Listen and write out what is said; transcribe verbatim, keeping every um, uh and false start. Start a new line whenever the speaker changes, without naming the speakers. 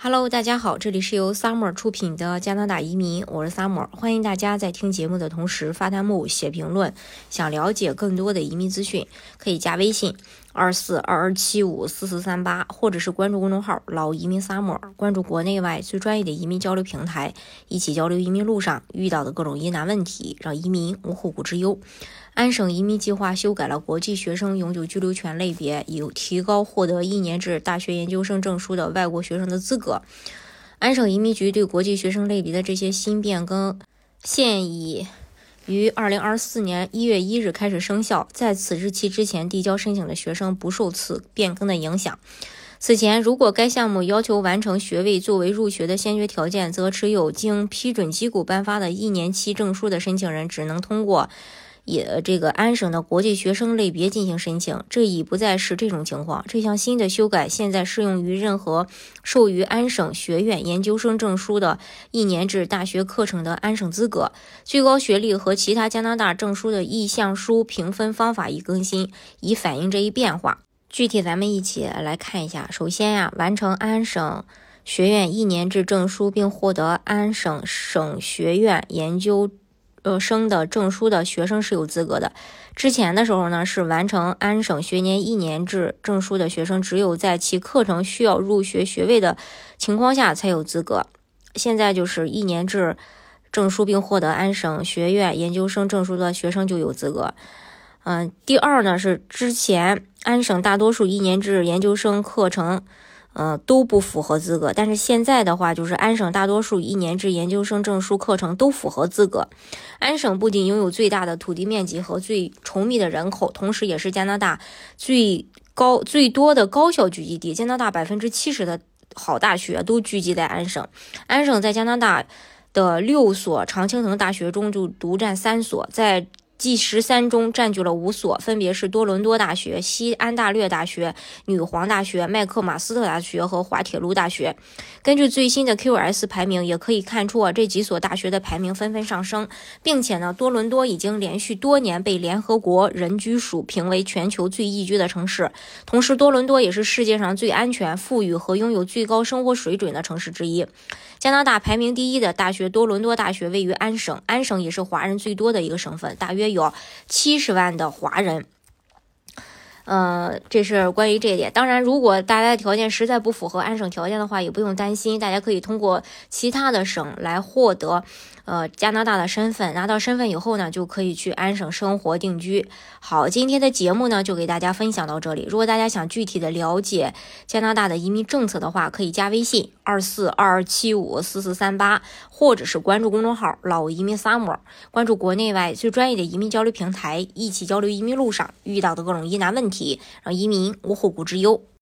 Hello， 大家好，这里是由 Summer 出品的加拿大移民，我是 Summer， 欢迎大家在听节目的同时发弹幕、写评论。想了解更多的移民资讯，可以加微信二四二二七五四四三八，或者是关注公众号老移民 Summer， 关注国内外最专业的移民交流平台，一起交流移民路上遇到的各种疑难问题，让移民无后顾之忧。安省移民计划修改了国际学生永久居留权类别，以提高获得一年制大学研究生证书的外国学生的资格。安省移民局对国际学生类别的这些新变更，现已于二零二四年一月一日开始生效，在此日期之前递交申请的学生不受此变更的影响。此前，如果该项目要求完成学位作为入学的先决条件，则持有经批准机构颁发的一年期证书的申请人只能通过也这个安省的国际学生类别进行申请，这已不再是这种情况。这项新的修改现在适用于任何授予安省学院研究生证书的一年制大学课程的安省资格。最高学历和其他加拿大证书的意向书评分方法已更新，以反映这一变化。具体咱们一起来看一下。首先呀、啊，完成安省学院一年制证书并获得安省省学院研究呃，生的证书的学生是有资格的。之前的时候呢，是完成安省学年一年制证书的学生，只有在其课程需要入学学位的情况下才有资格。现在就是一年制证书并获得安省学院研究生证书的学生就有资格。嗯、呃，第二呢是之前安省大多数一年制研究生课程呃，都不符合资格，但是现在的话，就是安省大多数一年制研究生证书课程都符合资格。安省不仅拥有最大的土地面积和最稠密的人口，同时也是加拿大最高最多的高校聚集地。加拿大百分之七十的好大学都聚集在安省。安省在加拿大的六所常青藤大学中就独占三所，在G 十三中占据了五所，分别是多伦多大学、西安大略大学、女皇大学、麦克马斯特大学和滑铁卢大学。根据最新的 Q S 排名，也可以看出啊，这几所大学的排名纷纷上升，并且呢，多伦多已经连续多年被联合国人居署评为全球最宜居的城市。同时，多伦多也是世界上最安全、富裕和拥有最高生活水准的城市之一。加拿大排名第一的大学多伦多大学位于安省，安省也是华人最多的一个省份，大约有七十万的华人。呃，这是关于这一点。当然，如果大家的条件实在不符合安省条件的话，也不用担心，大家可以通过其他的省来获得呃加拿大的身份。拿到身份以后呢，就可以去安省生活定居。好，今天的节目呢就给大家分享到这里。如果大家想具体的了解加拿大的移民政策的话，可以加微信二四二二七五四四三八，或者是关注公众号老移民 Summer， 关注国内外最专业的移民交流平台，一起交流移民路上遇到的各种疑难问题，让移民无后顾之忧。